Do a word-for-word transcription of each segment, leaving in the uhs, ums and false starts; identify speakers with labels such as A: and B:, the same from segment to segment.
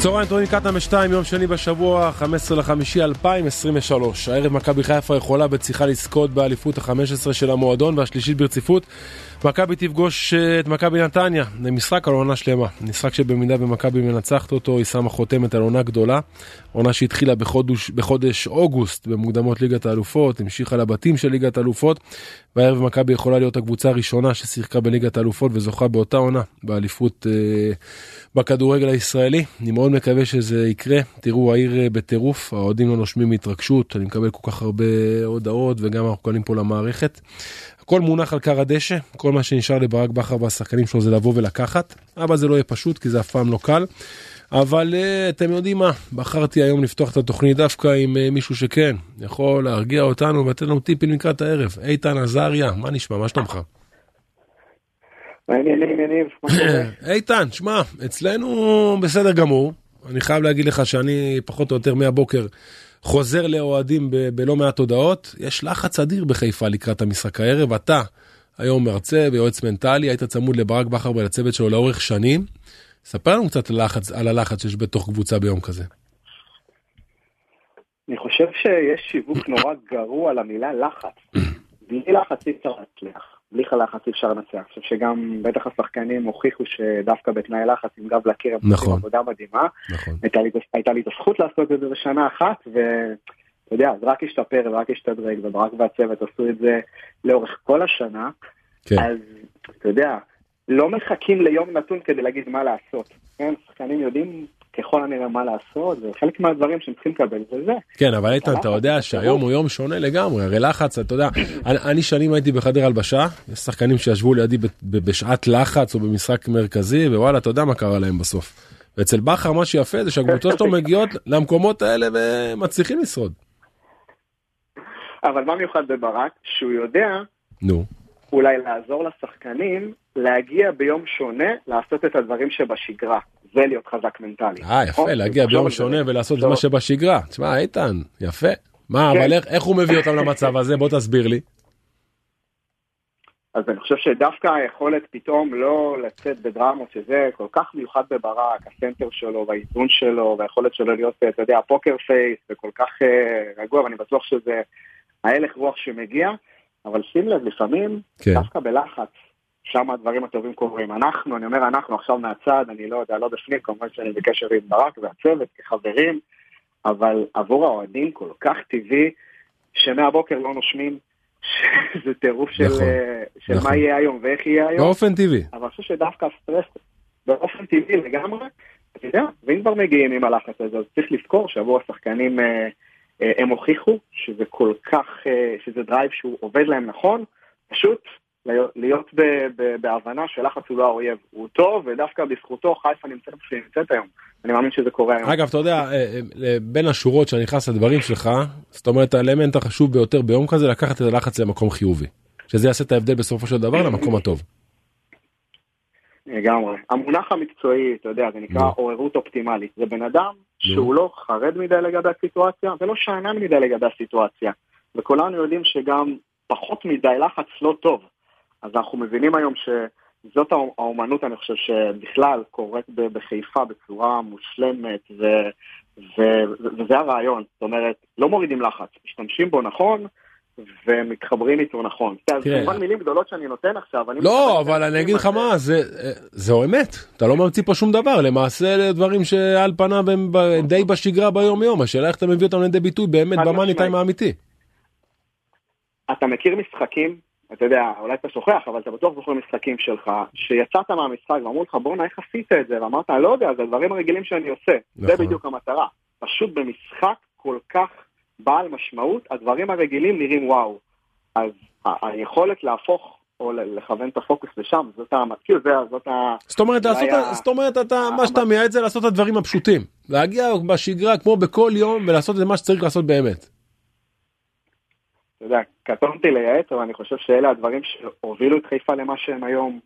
A: צהריים טובים, קטמא שתיים, יום שני בשבוע, חמישה עשר במאי אלפיים עשרים ושלוש. הערב מכבי חיפה יכולה בצליחה לזכות באליפות ה-חמש עשרה של המועדון והשלישית ברציפות. מכבי תפגוש את מכבי נתניה למשחק על עונה שלמה. משחק שבמידה במכבי מנצחת אותו, היא שמה חותמת על עונה גדולה. עונה שהתחילה בחודש, בחודש אוגוסט במוקדמות ליגת האלופות, המשיכה לבתים של ליגת האלופות, והערב מכבי יכולה להיות הקבוצה הראשונה ששיחקה בליגת האלופות וזוכה באותה עונה באליפות אה, בכדורגל הישראלי. אני מאוד מקווה שזה יקרה. תראו, העיר בטירוף, האוהדים לא נושמים מהתרגשות, אני מקבל כל כך הרבה הודעות וגם אנחנו קונים פה למערכת. הכל מונח על קר הדשא, כל מה שנשאר לברק בכר והשחקנים שלו זה לבוא ולקחת, אבל זה לא יהיה פשוט כי זה אף פעם לא קל. אבל אתם יודעים מה, בחרתי היום לפתוח את התוכנית דווקא עם מישהו שכן יכול להרגיע אותנו ולתת לנו טיפים לקראת הערב. איתן עזריה, מה נשמע? מה שלומך? איתן, שמע, אצלנו בסדר גמור. אני חייב להגיד לך שאני פחות או יותר מהבוקר חוזר לאוהדים ב- בלא מעט הודעות. יש לחץ אדיר בחיפה לקראת המשחק הערב. אתה היום מרצה ויועץ מנטלי, היית צמוד לברק בכר ולצוות שלו לאורך שנים. ספר לנו קצת לחץ, על הלחץ שיש בתוך קבוצה ביום כזה.
B: אני חושב שיש שיווק נורא גרוע על המילה לחץ. בלי לחץ אי אפשר להצליח. בלי לחץ אי אפשר לנצח. אני חושב שגם בטח השחקנים הוכיחו שדווקא בתנאי לחץ עם גב לקיר הם עושים עבודה מדהימה. הייתה לי, הייתה לי את הזכות לעשות את זה בשנה אחת, ואתה יודע, אז רק השתפר ורק השתדרג, וברק והצוות עשו את זה לאורך כל השנה. כן. אז אתה יודע, לא מחכים ליום נתון כדי להגיד מה לעשות. כן, שחקנים יודעים ככל הנראה מה לעשות, זה חלק מהדברים שהם צריכים לקבל, זה זה.
A: כן, אבל איתן, אתה יודע שהיום הוא יום שונה לגמרי, הרי לחץ, אתה יודע, אני שנים הייתי בחדר הלבשה, יש שחקנים שישבו לידי בשעת לחץ או במשחק מרכזי, ווואלה, אתה יודע מה קרה להם בסוף. ואצל בכר מה שיפה זה שהקבוצות שלו מגיעות למקומות האלה ומצליחים לשרוד.
B: אבל מה מיוחד בברק? שהוא יודע,
A: נו.
B: אולי לעזור לשחקנים להגיע ביום שונה, לעשות את הדברים שבשגרה. זה להיות חזק מנטלי.
A: אה, יפה, להגיע ביום שונה ולעשות את מה שבשגרה. תשמע, איתן, יפה. מה, אבל איך הוא מביא אותם למצב הזה? בוא תסביר לי.
B: אז אני חושב שדווקא היכולת פתאום לא לצאת בדרמות, שזה כל כך מיוחד בברק, הסנטר שלו והאיזון שלו, והיכולת שלו להיות, אתה יודע, פוקר פייס, וכל כך רגוע, ואני בטוח שזה ההלך רוח שמגיע, אבל שים לב, לפעמים, דווקא בלחץ, שם הדברים הטובים קורים. אנחנו, אני אומר אנחנו עכשיו מהצד, אני לא יודע, לא בפנים, כמובן שאני בקשר עם ברק והצוות כחברים, אבל עבור האוהדים כל כך טבעי, שמהבוקר לא נושמים, שזה טירוף של, נכון, של נכון. מה יהיה היום ואיך יהיה היום.
A: באופן טבעי.
B: אבל אני חושב שדווקא הסטרס, באופן טבעי לגמרי, אתה יודע, ואם כבר מגיעים עם הלחץ הזה, אז צריך לזכור שעבור השחקנים, הם הוכיחו שזה כל כך, שזה דרייב שהוא עובד להם נכון, פשוט, להיות בהבנה שלחץ הוא לא האויב, הוא טוב, ודווקא בזכותו חיפה נמצאת נמצאת היום. אני מאמין שזה קורה היום.
A: אגב, אתה יודע, בין השורות שאני נכנס לדברים שלך, זאת אומרת, האלמנט החשוב ביותר ביום כזה, לקחת את הלחץ למקום חיובי. שזה יעשה את ההבדל בסופו של דבר למקום הטוב.
B: לגמרי. המונח המקצועי, אתה יודע, זה נקרא עוררות אופטימלית. זה בן אדם שהוא לא חרד מדי לגבי הסיטואציה, ולא שענן מדי לגבי הסיטואציה. וכולנו יודעים שגם פחות מדי לחץ לא טוב. אז אנחנו מבינים היום שזאת האומנות, אני חושב שבכלל קורית בחיפה בצורה מושלמת, ו, ו, וזה הרעיון. זאת אומרת, לא מורידים לחץ, משתמשים בו נכון, ומתחברים איתו נכון. אז כמובן מילים גדולות שאני נותן עכשיו.
A: לא, אבל אני אגיד לך מה, זהו אמת. אתה לא ממציא פה שום דבר. למעשה דברים שעל פניו הם די בשגרה ביום יום. השאלה איך אתה מביא אותם לידי ביטוי באמת במאני טיים האמיתי.
B: אתה מכיר משחקים, אתה יודע, אולי אתה שוכח, אבל אתה בטוח זוכר משחקים שלך, שיצאת מהמשחק ואמרו לך, בוא, איך עשית את זה? ואמרת, לא יודע, זה הדברים הרגילים שאני עושה. זה בדיוק המטרה. פשוט במשחק כל כך בעל משמעות, הדברים הרגילים נראים וואו. אז היכולת להפוך, או לכוון את הפוקוס לשם, זאת המתקיל, זאת ה...
A: זאת אומרת, מה שאתה מייעד זה לעשות את הדברים הפשוטים. להגיע בשגרה כמו בכל יום, ולעשות את מה שצריך לעשות באמת.
B: אתה יודע, קטונתי לייעץ, אבל אני חושב שאלה הדברים שהובילו את חיפה למה שהם היום,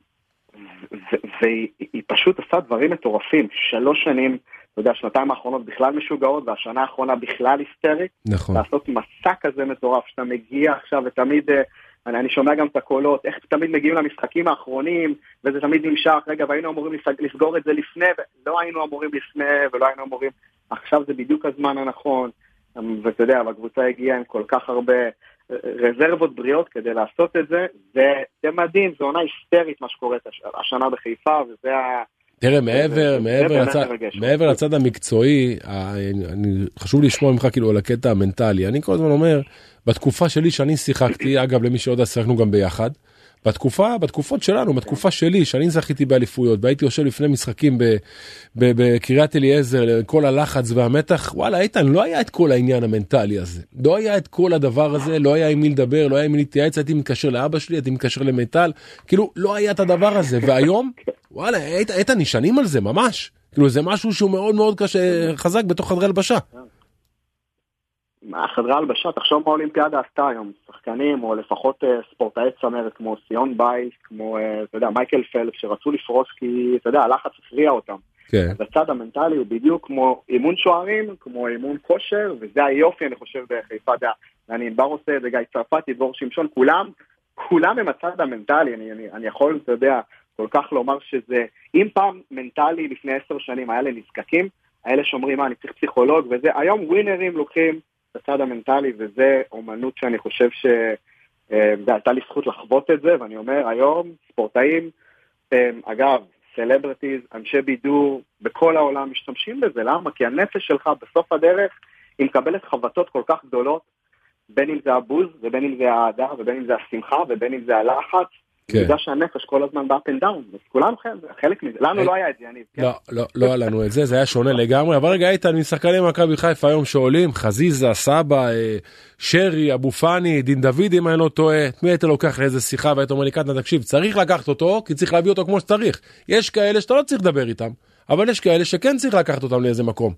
B: והיא פשוט עושה דברים מטורפים. שלוש שנים, אתה יודע, שנתיים האחרונות בכלל משוגעות, והשנה האחרונה בכלל היסטרית.
A: נכון.
B: לעשות מסע כזה מטורף, שאתה מגיע עכשיו ותמיד אני, אני שומע גם את הקולות, איך תמיד מגיעים למשחקים האחרונים, וזה תמיד נמשך, רגע, והיינו אמורים לסגור את זה לפני, ולא היינו אמורים לפני, ולא היינו אמורים, עכשיו זה בדיוק הזמן הנכון, ואתה יודע, והקבוצה הגיעה עם כל כך הרבה רזרבות בריאות כדי לעשות את זה, זה מדהים, זו עונה היסטרית מה שקורה השנה בחיפה, וזה ה...
A: תראה, מעבר, מעבר, לצד, מעבר לצד המקצועי, אני, חשוב לשמוע ממך כאילו על הקטע המנטלי. אני כל הזמן אומר, בתקופה שלי שאני שיחקתי, אגב, למי שעוד שיחקנו גם ביחד, בתקופה, בתקופות שלנו, בתקופה שלי, שאני זכיתי באליפויות, והייתי יושב לפני משחקים בקריית אליעזר, כל הלחץ והמתח, וואלה, איתן, לא היה את כל העניין המנטלי הזה. לא היה את כל הדבר הזה, לא היה עם מי לדבר, לא היה עם מי להתייעץ, הייתי מתקשר לאבא שלי, הייתי מתקשר למיטל, כאילו, לא היה את הדבר הזה. והיום, וואלה, איתן, נשענים על זה, ממש. כאילו, זה משהו שהוא מאוד מאוד קשה, חזק בתוך חדרי הלבשה.
B: חדרי הלבשה, תחשוב מה האולימפיאדה עשתה היום, שחקנים או לפחות ספורטאי צמרת כמו סיון בייס, כמו, אתה יודע, מייקל פלפס, שרצו לפרוס כי, אתה יודע, הלחץ הפריע אותם.
A: כן.
B: אז הצד המנטלי הוא בדיוק כמו אימון שוערים, כמו אימון כושר, וזה היופי, אני חושב, בחיפה, אני בר עושה את זה, גיא צרפתי, דבור שמשון, כולם, כולם הם הצד המנטלי, אני, אני, אני יכול, אתה יודע, כל כך לומר שזה, אם פעם מנטלי לפני עשר שנים היה לנזקקים, האלה שאומרים, מה, אני צריך פסיכולוג, וזה, היום ווינרים לוקחים בצד המנטלי, וזה אומנות שאני חושב שהייתה לי זכות לחוות את זה, ואני אומר, היום ספורטאים, אגב, סלבריטיז, אנשי בידור, בכל העולם משתמשים בזה, למה? כי הנפש שלך בסוף הדרך, היא מקבלת חבטות כל כך גדולות, בין אם זה הבוז, ובין אם זה העדה, ובין אם זה השמחה, ובין אם זה הלחץ, בגלל שהנפש כל הזמן באפ אנד דאון, אז כולם חלק מזה, לנו לא היה את זה, יניב.
A: לא, לא, לא היה לנו את זה, זה היה שונה לגמרי, אבל רגע איתן, משחקני מכבי חיפה היום שעולים, חזיזה, סבא, שרי, אבו פאני, דין דוד, אם אני לא טועה, מי היית לוקח לאיזה שיחה והיית אומר לי, קטנה, תקשיב, צריך לקחת אותו, כי צריך להביא אותו כמו שצריך. יש כאלה שאתה לא צריך לדבר איתם, אבל יש כאלה שכן צריך לקחת אותם לאיזה מקום.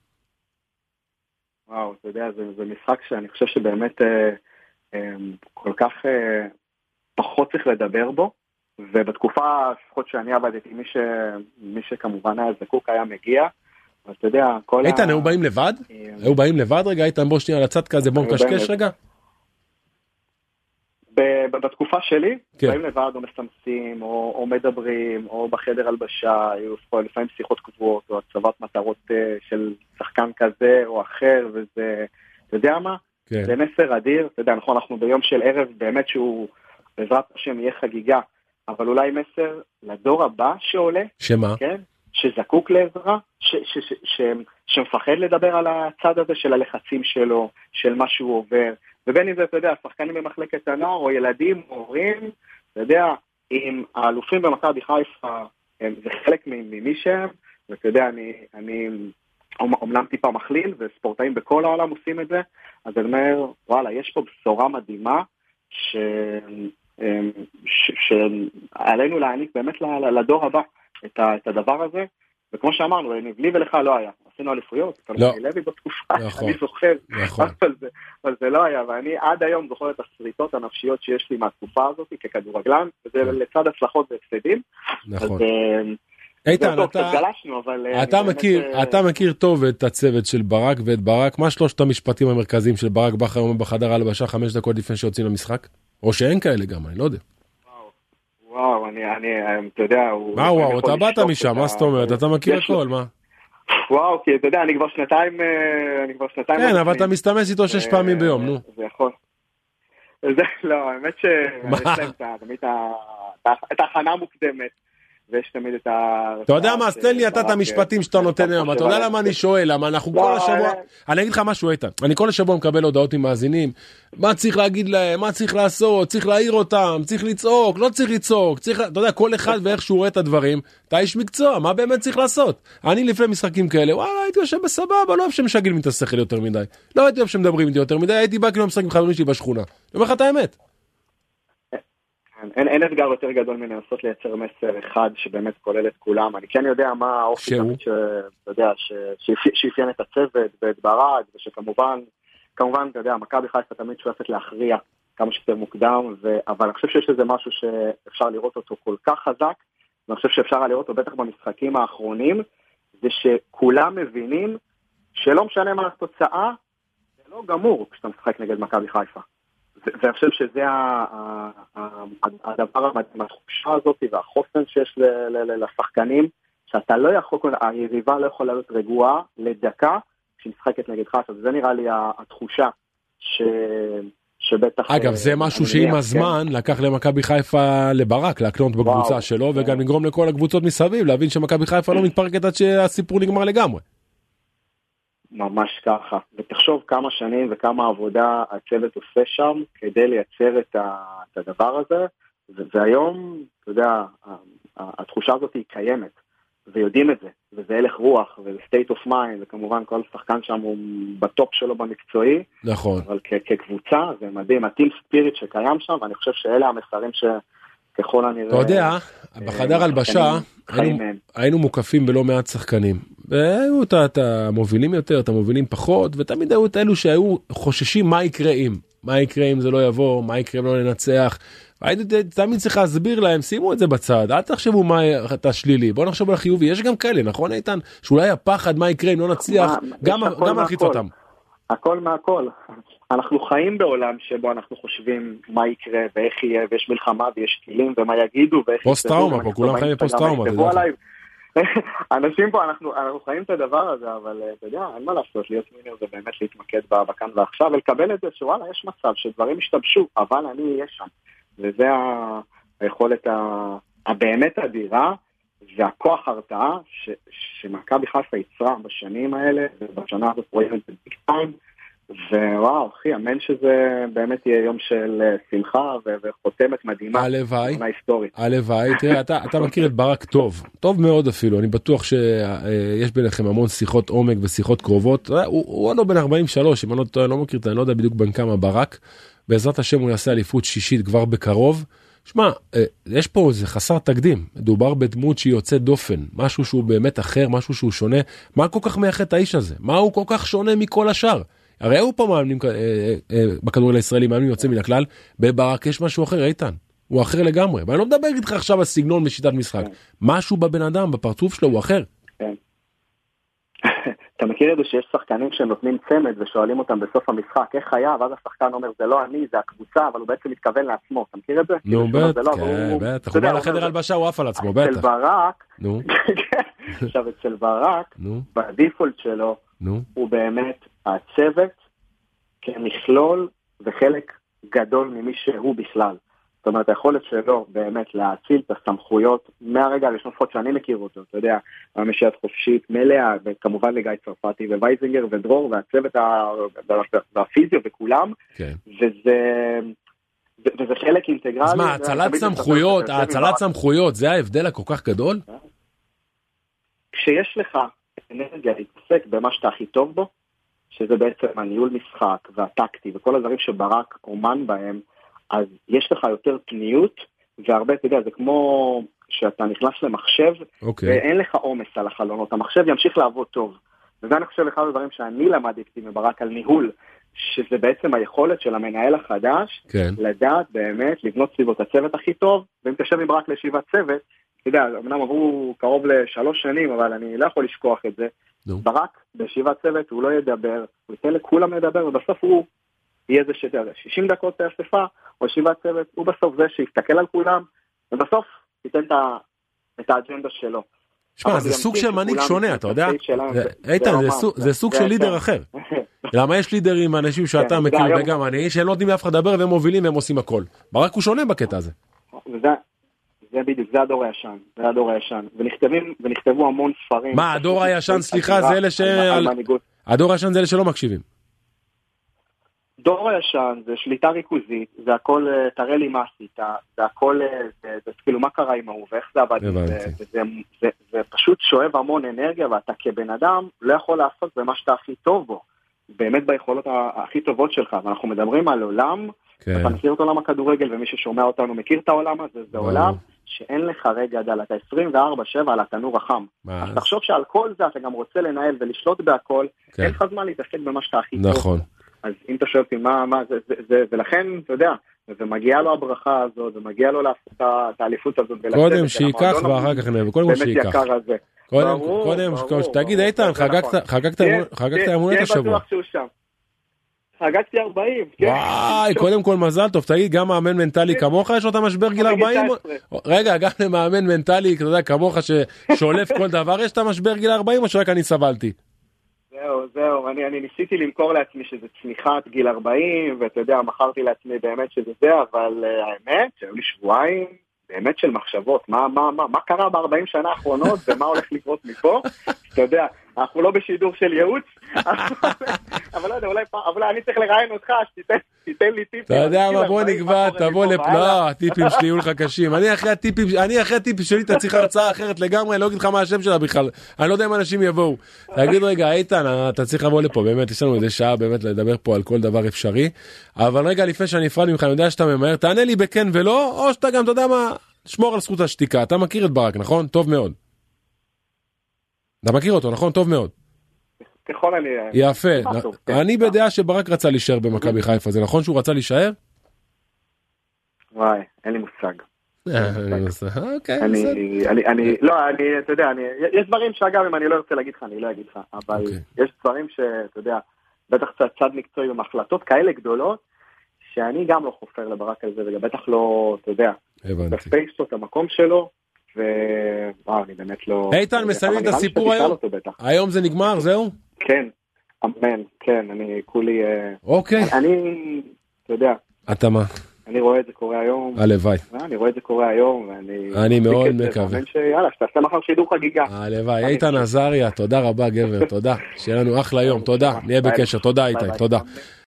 B: וואו, אתה יודע, זה, זה משחק שאני חושב שבאמת אה, אה, כל כך... אה, פחות צריך לדבר בו, ובתקופה לפחות שאני עבדתי, מי, ש... מי שכמובן היה זקוק היה מגיע, אז אתה יודע, כל
A: איתן, היו באים לבד? היו באים לבד רגע? איתן, בוא שנייה לצד כזה, בוא נקשקש רגע?
B: בתקופה שלי, באים לבד או מסמסים, או מדברים, או בחדר הלבשה, היו לפעמים שיחות קבועות, או הצבת מטרות של שחקן כזה או אחר, וזה, אתה יודע מה? זה מסר אדיר, אתה יודע, נכון, אנחנו ביום של ערב באמת שהוא בעזרת השם יהיה חגיגה, אבל אולי מסר לדור הבא שעולה,
A: שמה?
B: כן? שזקוק לעזרה, ש- ש- ש- ש- שמפחד לדבר על הצד הזה של הלחצים שלו, של מה שהוא עובר, ובין אם זה, אתה יודע, שחקנים במחלקת הנוער, או ילדים, הורים, אתה יודע, אם האלופים במכבי חיפה, הם, זה חלק ממי שהם, ואתה יודע, אני, אני אומנם טיפה מכליל, וספורטאים בכל העולם עושים את זה, אז אני אומר, וואלה, יש פה בשורה מדהימה, ש... שעלינו להעניק באמת לדור הבא את הדבר הזה, וכמו שאמרנו, לי ולך לא היה, עשינו אליפויות, תלמי לוי בתקופה, אני זוכר, אבל זה לא היה, ואני עד היום זוכר את הסריטות הנפשיות שיש לי מהתקופה הזאת ככדורגלן, וזה לצד הצלחות והפסדים.
A: נכון. איתן, אתה מכיר טוב את הצוות של ברק ואת ברק, מה שלושת המשפטים המרכזיים של ברק בכר היום בחדר הלבשה חמש דקות לפני שיוצאים למשחק? או שאין כאלה גם, אני לא יודע.
B: וואו, אני, אתה יודע...
A: מה וואו, אתה באת משם, מה זאת אומרת? אתה מכיר הכל, מה?
B: וואו, כי אתה יודע, אני כבר שנתיים... אני כבר שנתיים...
A: כן, אבל אתה מסתמס איתו שש פעמים ביום, נו.
B: זה יכול. לא, האמת ש... את ההכנה המוקדמת. ויש תמיד את ה...
A: אתה יודע מה, אז תן לי אתה את המשפטים שאתה נותן היום, אתה יודע למה אני שואל, למה אנחנו כל השבוע, אני אגיד לך משהו איתן, אני כל השבוע מקבל הודעות עם מאזינים, מה צריך להגיד להם, מה צריך לעשות, צריך להעיר אותם, צריך לצעוק, לא צריך לצעוק, צריך, אתה יודע, כל אחד ואיך שהוא רואה את הדברים, אתה איש מקצוע, מה באמת צריך לעשות? אני לפני משחקים כאלה, וואלה, הייתי יושב בסבבה, לא אוהב שמשגעים את השכל יותר מדי, לא הייתי אוהב שמדברים איתי יותר מדי, הייתי בא כאילו משחק עם חברים שלי בשכונה. אני אומר לך את האמת.
B: אין, אין אתגר יותר גדול מלנסות לייצר מסר אחד שבאמת כולל את כולם. אני כן יודע מה האופי תמיד שאתה יודע, שאפיין את הצוות ואת ברק, ושכמובן, כמובן, אתה יודע, מכבי חיפה תמיד שואפת להכריע כמה שיותר מוקדם, ו... אבל אני חושב שיש איזה משהו שאפשר לראות אותו כל כך חזק, ואני חושב שאפשר לראות אותו בטח במשחקים האחרונים, זה שכולם מבינים שלא משנה מה התוצאה, זה לא גמור כשאתה משחק נגד מכבי חיפה. ואני חושב שזה הדבר המדהים, התחושה הזאת והחוסן שיש לשחקנים, שאתה לא יכול, היריבה לא יכולה להיות רגועה לדקה, כשהיא משחקת נגדך, אז זה נראה לי התחושה ש... שבטח...
A: אגב, זה משהו שעם הזמן לקח למכבי חיפה לברק, להקנות בקבוצה שלו, וגם לגרום לכל הקבוצות מסביב, להבין שמכבי חיפה לא מתפרקת עד שהסיפור נגמר לגמרי.
B: ממש ככה, ותחשוב כמה שנים וכמה עבודה הצוות עושה שם, כדי לייצר את הדבר הזה, והיום, אתה יודע, התחושה הזאת היא קיימת, ויודעים את זה, וזה הלך רוח, וזה state of mind, וכמובן כל שחקן שם הוא בטופ שלו במקצועי.
A: נכון.
B: אבל כקבוצה זה מדהים, הטים ספיריט שקיים שם, ואני חושב שאלה המסרים שככל הנראה...
A: אתה יודע, בחדר הלבשה היינו מוקפים בלא מעט שחקנים, והיו את המובילים יותר, את המובילים פחות, ותמיד היו את אלו שהיו חוששים מה יקרה אם, מה יקרה אם זה לא יבוא, מה יקרה אם לא ננצח, והייתי תמיד צריך להסביר להם, שימו את זה בצד, אל תחשבו מה אתה שלילי, בוא נחשוב על החיובי, יש גם כאלה, נכון איתן? שאולי הפחד מה יקרה אם לא נצליח, גם מלחיץ אותם.
B: הכל מהכל. אנחנו חיים בעולם שבו אנחנו חושבים מה יקרה ואיך יהיה, ויש מלחמה ויש טילים ומה יגידו,
A: פוסט טראומה פה, כולם חיים פוסט טראומה.
B: אנשים פה, אנחנו חיים את הדבר הזה, אבל אתה יודע, אין מה לעשות, להיות מינר זה באמת להתמקד בכאן ועכשיו, ולקבל את זה שוואלה, יש מצב שדברים השתבשו, אבל אני אהיה שם. וזה היכולת הבאמת אדירה, והכוח הרתעה שמכבי חיפה יצרה בשנים האלה, ובשנה הזאת רואים את זה ביג טיים, ווואו, אחי, אמן שזה באמת יהיה יום של שמחה וחותמת מדהימה.
A: הלוואי, הלוואי, תראה, אתה, אתה מכיר את ברק טוב, טוב מאוד אפילו, אני בטוח שיש ביניכם המון שיחות עומק ושיחות קרובות, הוא, הוא לא בן ארבעים ושלוש, אם אני לא, לא מכיר, אני לא יודע בדיוק בן כמה ברק, בעזרת השם הוא יעשה אליפות שישית כבר בקרוב, שמע, יש פה איזה חסר תקדים, מדובר בדמות שהיא יוצאת דופן, משהו שהוא באמת אחר, משהו שהוא שונה, מה כל כך מייחד את האיש הזה? מה הוא כל כך שונה מכל השאר? הרי הוא פה מאמנים בכדורגל הישראלי, מאמנים יוצא מן הכלל, בברק יש משהו אחר, איתן, הוא אחר לגמרי, ואני לא מדבר איתך עכשיו על סגנון ושיטת משחק, משהו בבן אדם, בפרצוף שלו הוא אחר.
B: אתה מכיר את זה שיש שחקנים שנותנים צמד ושואלים אותם בסוף המשחק, איך היה, ואז השחקן אומר, זה לא אני, זה הקבוצה, אבל הוא בעצם מתכוון לעצמו, אתה מכיר את זה?
A: נו, בטח, הוא בא לחדר הלבשה, הוא עף על עצמו, בטח.
B: אצל ברק, עכשיו אצל ברק, בדיפולט שלו, הוא באמת הצוות כמכלול וחלק גדול ממי שהוא בכלל. זאת אומרת, היכולת שלו באמת להציל את הסמכויות מהרגע הראשון לפחות שאני מכיר אותו, אתה יודע, המשיית חופשית מלאה, וכמובן לגיא צרפתי ווייזינגר ודרור והצוות והפיזיו וכולם, וזה, וזה חלק אינטגרלי.
A: אז מה, הצלת סמכויות, הצלת סמכויות, זה ההבדל הכל כך גדול?
B: כשיש לך אנרגיה להתעסק במה שאתה הכי טוב בו, שזה בעצם הניהול משחק והטקטי וכל הדברים שברק אומן בהם, אז יש לך יותר פניות, והרבה, אתה יודע, זה כמו שאתה נכנס למחשב, okay. ואין לך עומס על החלונות, המחשב ימשיך לעבוד טוב. וזה אני חושב אחד הדברים שאני למדתי מברק על ניהול, שזה בעצם היכולת של המנהל החדש, okay. לדעת באמת לבנות סביבות הצוות הכי טוב, ואם תשב עם ברק לישיבת צוות, אתה יודע, אמנם עברו קרוב לשלוש שנים, אבל אני לא יכול לשכוח את זה, no. ברק בישיבת צוות הוא לא ידבר, הוא ייתן לכולם לדבר, ובסוף הוא יהיה זה שישים דקות באספה, או ישיבת צוות, הוא בסוף זה שיסתכל על כולם, ובסוף ייתן את האג'נדה שלו.
A: שמע, זה סוג של מנהיג שונה, אתה יודע? איתן, זה סוג של לידר אחר. למה יש לידרים, אנשים שאתה מכיר וגם אני, שהם לא יודעים לאף אחד לדבר, והם מובילים והם עושים הכל. ברק הוא שונה בקטע הזה.
B: זה בדיוק, זה הדור הישן, זה הדור הישן. ונכתבו המון ספרים.
A: מה, הדור הישן, סליחה, זה אלה ש... הדור הישן זה אלה שלא מקשיבים.
B: דור הישן זה שליטה ריכוזית, זה הכל, תראה לי מה עשית, זה הכל, זה, זה כאילו מה קרה עם ההוא, ואיך זה עבד, זה, זה, זה, זה פשוט שואב המון אנרגיה, ואתה כבן אדם לא יכול לעשות במה שאתה הכי טוב בו, באמת ביכולות הכי טובות שלך, ואנחנו מדברים על עולם, כן. אתה מכיר את עולם הכדורגל, ומי ששומע אותנו מכיר את העולם הזה, זה עולם שאין לך רגע דל, אתה עשרים וארבע שבע על התנור החם, אז תחשוב שעל כל זה אתה גם רוצה לנהל ולשלוט בהכל, כן. אין לך זמן להתעסק במה שאתה הכי טוב.
A: נכון.
B: אז אם אתה שואל אותי מה, מה זה, זה, זה, ולכן, אתה יודע, ומגיעה לו הברכה הזאת, ומגיעה לו לעשות את האליפות הזאת.
A: קודם שיקח ואחר כך נבוא, קודם כל שיקח. קודם, קודם, תגיד איתן, חגגת אמונת השבוע.
B: חגגתי ארבעים, כן.
A: וואי, קודם כל מזל טוב, תגיד, גם מאמן מנטלי כמוך יש לו את המשבר גיל ארבעים? רגע, גם למאמן מנטלי, אתה יודע, כמוך ששולף כל דבר, יש את המשבר גיל ארבעים או שרק אני סבלתי?
B: זהו, זהו, אני, אני ניסיתי למכור לעצמי שזה צמיחת גיל ארבעים, ואתה יודע, מכרתי לעצמי באמת שזה זה, אבל uh, האמת, שהיו לי שבועיים, באמת של מחשבות, מה, מה, מה, מה קרה ב-ארבעים שנה האחרונות, ומה הולך לקרות מפה, אתה יודע, אנחנו לא בשידור של ייעוץ, אבל לא יודע, אולי, אבל אני צריך לראיין אותך, שתיתן, תיתן לי טיפים.
A: אתה יודע מה, בוא נקבע, תבוא לפה, לא, הטיפים שלי יהיו לך קשים, אני אחרי הטיפים, אני אחרי הטיפים שלי, אתה צריך הרצאה אחרת לגמרי, אני לא אגיד לך מה השם שלה בכלל, אני לא יודע אם אנשים יבואו. תגיד רגע, איתן, אתה צריך לבוא לפה, באמת, יש לנו איזה שעה באמת לדבר פה על כל דבר אפשרי, אבל רגע, לפני שאני אפרד ממך, אני יודע שאתה ממהר, תענה לי בכן ולא, או שאתה גם, אתה יודע מה, שמור על זכות השתיקה. אתה מכיר את ברק, נכון? טוב מאוד. אתה מכיר אותו, נכון? טוב מאוד.
B: ככל הנראה.
A: יפה. אני בדעה שברק רצה להישאר במכבי חיפה, זה נכון שהוא רצה להישאר?
B: וואי, אין לי מושג.
A: אוקיי.
B: אני, לא, אני, אתה יודע, יש דברים שאגב, אם אני לא ארצה להגיד לך, אני לא אגיד לך, אבל יש דברים שאתה יודע, בטח צד מקצועי ומחלטות כאלה גדולות, שאני גם לא חופר לברק על זה, וגם בטח לא, אתה יודע, בספייס לו את המקום שלו, ווואו, אני באמת לא...
A: איתן, מסיימים את הסיפור היום? היום זה נגמר, זהו?
B: כן, אמן, כן, אני כולי...
A: אוקיי.
B: אני, אתה יודע...
A: אתה מה?
B: אני רואה את זה קורה היום.
A: הלוואי.
B: אני רואה את זה קורה היום, ואני...
A: אני מאוד מקווה.
B: יאללה, שתעשה מחר שידור חגיגה.
A: הלוואי. איתן עזריה, תודה רבה גבר, תודה. שיהיה לנו אחלה יום, תודה. נהיה בקשר, תודה איתי, תודה.